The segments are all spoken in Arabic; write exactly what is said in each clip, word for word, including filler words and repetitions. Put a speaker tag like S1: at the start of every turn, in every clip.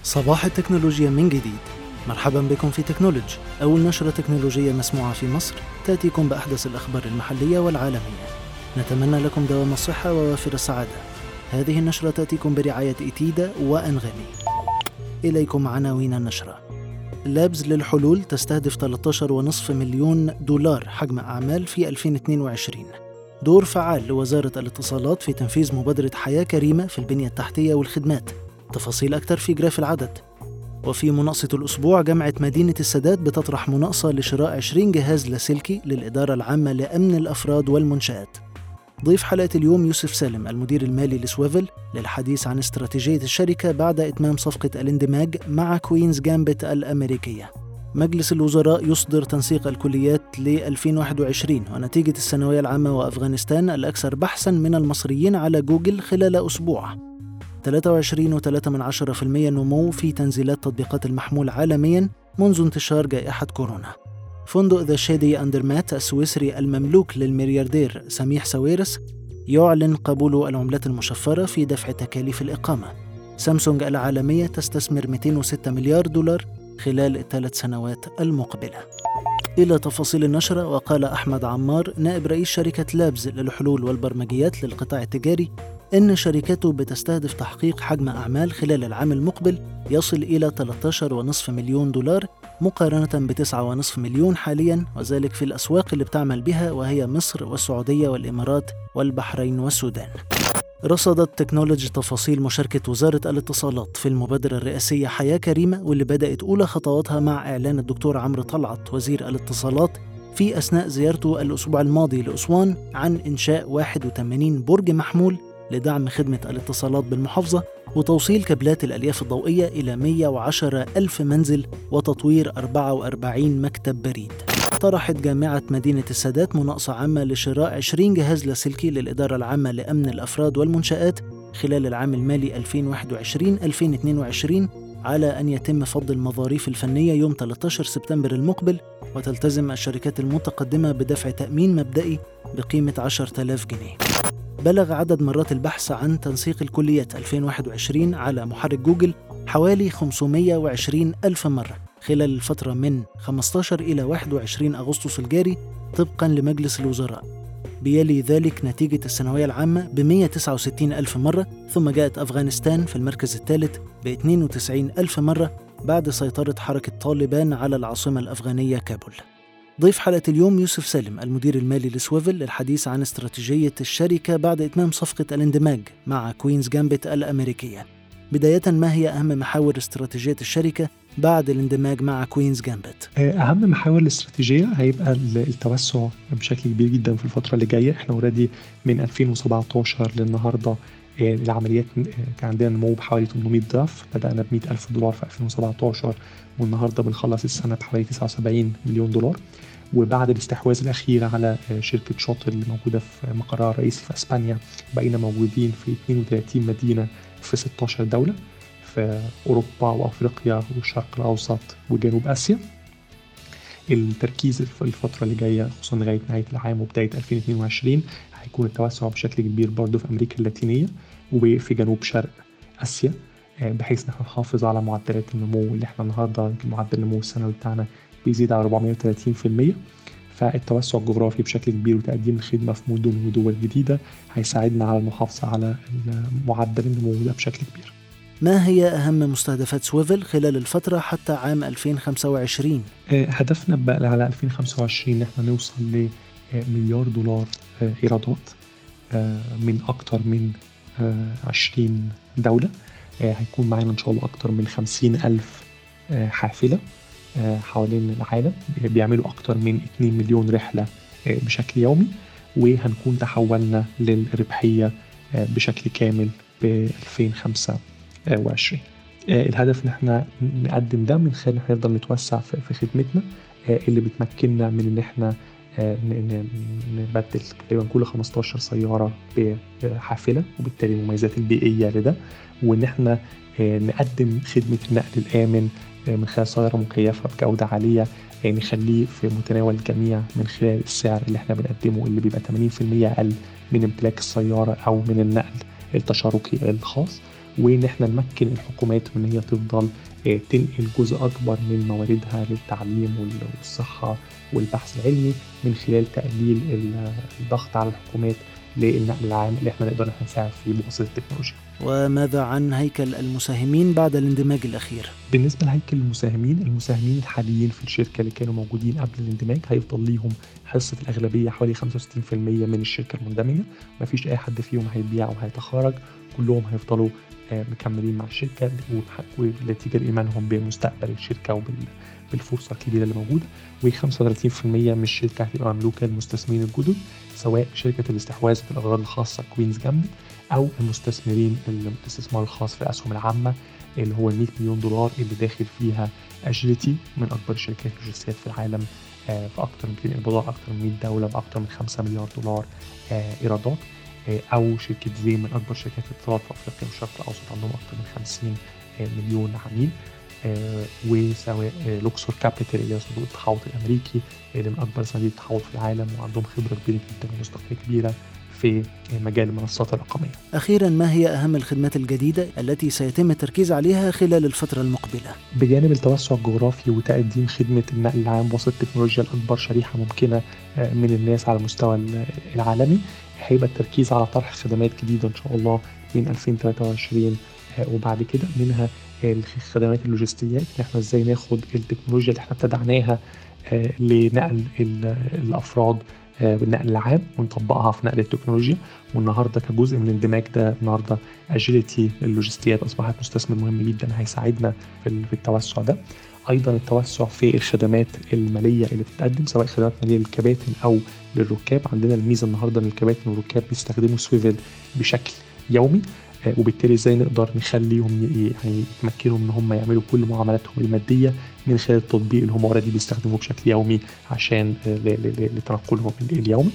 S1: صباح التكنولوجيا من جديد. مرحبا بكم في تكنولوجي، أول نشرة تكنولوجية مسموعة في مصر تأتيكم بأحدث الأخبار المحلية والعالمية. نتمنى لكم دوام الصحة ووافر السعادة. هذه النشرة تأتيكم برعاية إتيدا وأنغامي. إليكم عناوين النشرة. لابز للحلول تستهدف ثلاثة عشر فاصلة خمسة مليون دولار حجم أعمال في ألفين واثنين وعشرين. دور فعال لوزارة الاتصالات في تنفيذ مبادرة حياة كريمة في البنية التحتية والخدمات. تفاصيل أكثر في جراف العدد. وفي مناقصة الأسبوع، جامعة مدينة السادات بتطرح مناقصة لشراء عشرين جهاز لاسلكي للإدارة العامة لأمن الأفراد والمنشآت. ضيف حلقة اليوم يوسف سالم المدير المالي لسويفل للحديث عن استراتيجية الشركة بعد إتمام صفقة الاندماج مع كوينز جامبت الأمريكية. مجلس الوزراء يصدر تنسيق الكليات ل ألفين وواحد وعشرين، ونتيجة الثانوية العامة وأفغانستان الأكثر بحثاً من المصريين على جوجل خلال أسبوع. ثلاثة وعشرين فاصلة ثلاثة بالمئة نمو في تنزيلات تطبيقات المحمول عالمياً منذ انتشار جائحة كورونا. فندق ذا شادي أندرمات السويسري المملوك للملياردير سميح ساويرس يعلن قبول العملات المشفرة في دفع تكاليف الإقامة. سامسونج العالمية تستثمر مئتين وستة مليار دولار خلال الثلاث سنوات المقبلة. إلى تفاصيل النشرة. وقال أحمد عمار نائب رئيس شركة لابز للحلول والبرمجيات للقطاع التجاري إن شركته بتستهدف تحقيق حجم أعمال خلال العام المقبل يصل إلى ثلاثة عشر فاصلة خمسة مليون دولار مقارنة بتسعة فاصلة خمسة مليون حالياً، وذلك في الأسواق اللي بتعمل بها وهي مصر والسعودية والإمارات والبحرين والسودان. رصدت تكنولوجي تفاصيل مشاركة وزارة الاتصالات في المبادرة الرئاسية حياة كريمة، واللي بدأت أولى خطواتها مع إعلان الدكتور عمرو طلعت وزير الاتصالات في أثناء زيارته الأسبوع الماضي لأسوان عن إنشاء واحد وثمانين برج محمول لدعم خدمة الاتصالات بالمحافظة وتوصيل كابلات الألياف الضوئية إلى مئة وعشرة ألف منزل وتطوير أربعة وأربعين مكتب بريد. طرحت جامعة مدينة السادات مناقصة عامة لشراء عشرين جهاز لاسلكي للإدارة العامة لأمن الأفراد والمنشآت خلال العام المالي ألفين وواحد وعشرين ألفين واثنين وعشرين على أن يتم فض المظاريف الفنية يوم ثلاثة عشر سبتمبر المقبل، وتلتزم الشركات المتقدمة بدفع تأمين مبدئي بقيمة عشرة آلاف جنيه. بلغ عدد مرات البحث عن تنسيق الكليات ألفين وواحد وعشرين على محرك جوجل حوالي خمسمئة وعشرين ألف مرة خلال الفترة من خمسة عشر إلى واحد وعشرين أغسطس الجاري طبقاً لمجلس الوزراء. بيلي ذلك نتيجة الثانوية العامة ب مئة وتسعة وستين ألف مرة، ثم جاءت أفغانستان في المركز الثالث ب اثنين وتسعين ألف مرة بعد سيطرة حركة طالبان على العاصمة الأفغانية كابول. ضيف حلقة اليوم يوسف سالم المدير المالي لسويفل للحديث عن استراتيجية الشركة بعد إتمام صفقة الاندماج مع كوينز جامبت الأمريكية. بداية، ما هي أهم محاور استراتيجية الشركة بعد الاندماج مع كوينز جامبت؟
S2: أهم محاور الاستراتيجية هيبقى التوسع بشكل كبير جدا في الفترة اللي جاية. احنا اوريدي من ألفين وسبعة عشر للنهاردة العمليات كان عندنا نمو بحوالي ثمانمئة ضعف. بدأنا ب مئة ألف دولار في ألفين وسبعة عشر والنهاردة بنخلص السنة بحوالي تسعة وسبعين مليون دولار. وبعد الاستحواذ الأخير على شركة شاطر اللي موجودة في مقرها الرئيسي في أسبانيا، بقينا موجودين في اثنين وثلاثين مدينة في ستة عشر دولة في أوروبا وأفريقيا والشرق الأوسط وجنوب آسيا. التركيز في الفترة اللي جاية خصوصا لغاية نهاية العام وبداية ألفين واثنين وعشرين هيكون التوسع بشكل كبير برضو في أمريكا اللاتينية وفي جنوب شرق آسيا، بحيث نحن نحافظ على معدلات النمو اللي احنا النهاردة معدل النمو السنوي بتاعنا بيزيد على أربعمئة وثلاثين بالمئة. فالتوسع الجغرافي بشكل كبير وتقديم الخدمة في مدن ودول جديدة هيساعدنا على المحافظة على معدل النمو ده بشكل كبير.
S1: ما هي أهم مستهدفات سويفل خلال الفترة حتى عام ألفين وخمسة وعشرين؟
S2: هدفنا بقى على ألفين وخمسة وعشرين نحن نوصل لمليار دولار إيرادات من أكتر من عشرين دولة. هيكون معنا إن شاء الله أكتر من خمسين ألف حافلة حوالين العالم بيعملوا أكتر من اثنين مليون رحلة بشكل يومي، وهنكون تحولنا للربحية بشكل كامل ب ألفين وخمسة وعشرين. الهدف ان احنا نقدم ده من خلال ان احنا نفضل نتوسع في خدمتنا اللي بتمكننا من ان احنا نبدل تقريبا كل خمسة عشر سيارة بحافلة، وبالتالي المميزات البيئية لده، وان احنا نقدم خدمة النقل الآمن من خلال سيارة مكيفة بجودة عالية نخليه في متناول الجميع من خلال السعر اللي احنا بنقدمه اللي بيبقى ثمانين بالمئة أقل من امتلاك السيارة أو من النقل التشاركي الخاص. وإن احنا نمكن الحكومات من هي تفضل تنقل جزء أكبر من مواردها للتعليم والصحة والبحث العلمي من خلال تقليل الضغط على الحكومات للنقل العام اللي احنا نقدر نساعد فيه بواسطة التكنولوجيا.
S1: وماذا عن هيكل المساهمين بعد الاندماج الأخير؟
S2: بالنسبة لهيكل المساهمين، المساهمين الحاليين في الشركة اللي كانوا موجودين قبل الاندماج هيفضل ليهم حصة الأغلبية حوالي خمسة وستين بالمية من الشركة المندمجة، مفيش أي حد فيهم هيبيع وهيتخرج، كلهم هيفضلوا مكملين مع الشركة ونتيجة لإيمانهم بمستقبل الشركة وبالفرصة الكبيرة اللي موجودة. وخمسة وثلاثين بالمية من الشركة هتبقى مملوكة للمستثمرين الجدد، سواء شركة الاستحواذ بالأغراض الخاصة كوينز جامبت أو المستثمرين الاستثمار الخاص في الأسهم العامة اللي هو مئة مليون دولار اللي داخل فيها أجيليتي من أكبر شركات اللوجستيات في العالم في أكثر من مئتين دولار، أكثر من مئة دولة، بأكثر من خمسة مليار دولار إيرادات، أو شركة زين من أكبر شركات الاتصالات في أفريقيا والشرق الأوسط عندهم أكثر من خمسين مليون عميل، وسواء لوكسور كابيتال اللي هو صندوق التحوط الأمريكي اللي من أكبر صناديق التحوط في العالم وعندهم خبرة كبيرة جدا ومصداقية كبيرة في مجال المنصات الرقمية.
S1: أخيراً، ما هي أهم الخدمات الجديدة التي سيتم التركيز عليها خلال الفترة المقبلة؟
S2: بجانب التوسع الجغرافي وتقديم خدمة النقل العام وسط التكنولوجيا لأكبر شريحة ممكنة من الناس على المستوى العالمي، هيبقى التركيز على طرح خدمات جديدة إن شاء الله من ألفين وثلاثة وعشرين وبعد كده، منها الخدمات اللوجستيات، احنا ازاي ناخد التكنولوجيا اللي احنا ابتدعناها لنقل الأفراد بالنقل العام ونطبقها في نقل التكنولوجيا. والنهارده كجزء من الاندماج ده، النهارده اجيليتي اللوجستيات اصبحت مستثمر مهم جدا هيساعدنا في التوسع ده. ايضا التوسع في الخدمات الماليه اللي بتتقدم، سواء خدمات ماليه للكباتن او للركاب. عندنا الميزه النهارده ان الكباتن والركاب بيستخدموا سويفل بشكل يومي، وبالتالي ازاي نقدر نخليهم يعني يتمكنوا ان هم يعملوا كل معاملاتهم الماديه من خلال التطبيق اللي هم اوريدي بيستخدموه بشكل يومي عشان لتنقلهم اليومي.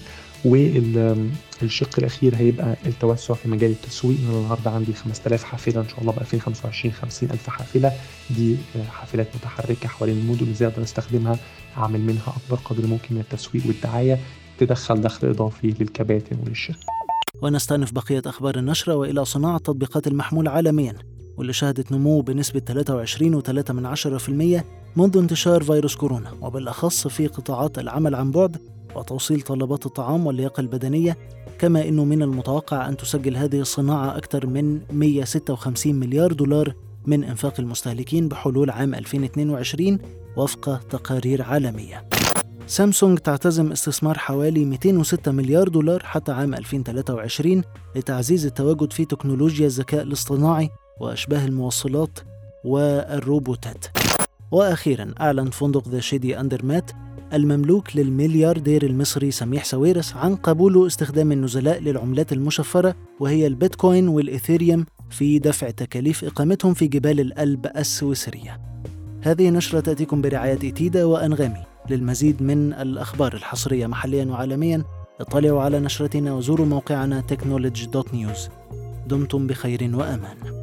S2: والشق الاخير هيبقى التوسع في مجال التسويق. انا النهارده عندي خمسة آلاف حافله ان شاء الله ب ألفين وخمسة وعشرين خمسين ألف حافله، دي حافلات متحركه حوالين المدن ازاي اقدر استخدمها اعمل منها اكبر قدر ممكن من التسويق والدعايه تدخل دخل اضافي للكباتن وللشركه.
S1: ونستأنف بقية أخبار النشرة وإلى صناعة تطبيقات المحمول عالمياً، واللي شهدت نمو بنسبة ثلاثة وعشرين فاصلة ثلاثة بالمئة منذ انتشار فيروس كورونا، وبالأخص في قطاعات العمل عن بعد وتوصيل طلبات الطعام واللياقة البدنية. كما إنه من المتوقع أن تسجل هذه الصناعة أكثر من مئة وستة وخمسين مليار دولار من إنفاق المستهلكين بحلول عام ألفين واثنين وعشرين وفق تقارير عالمية. سامسونج تعتزم استثمار حوالي مئتين وستة مليار دولار حتى عام ألفين وثلاثة وعشرين لتعزيز التواجد في تكنولوجيا الذكاء الاصطناعي وأشباه الموصلات والروبوتات. وأخيراً، أعلن فندق ذا شيدي أندرمات المملوك للملياردير المصري سميح ساويرس عن قبوله استخدام النزلاء للعملات المشفرة وهي البيتكوين والإيثيريوم في دفع تكاليف إقامتهم في جبال الألب السويسرية. هذه نشرة تأتيكم برعاية إتيدا وأنغامي. للمزيد من الأخبار الحصرية محلياً وعالمياً اطلعوا على نشرتنا وزوروا موقعنا تكنولوجي دوت نيوز. دمتم بخير وأمان.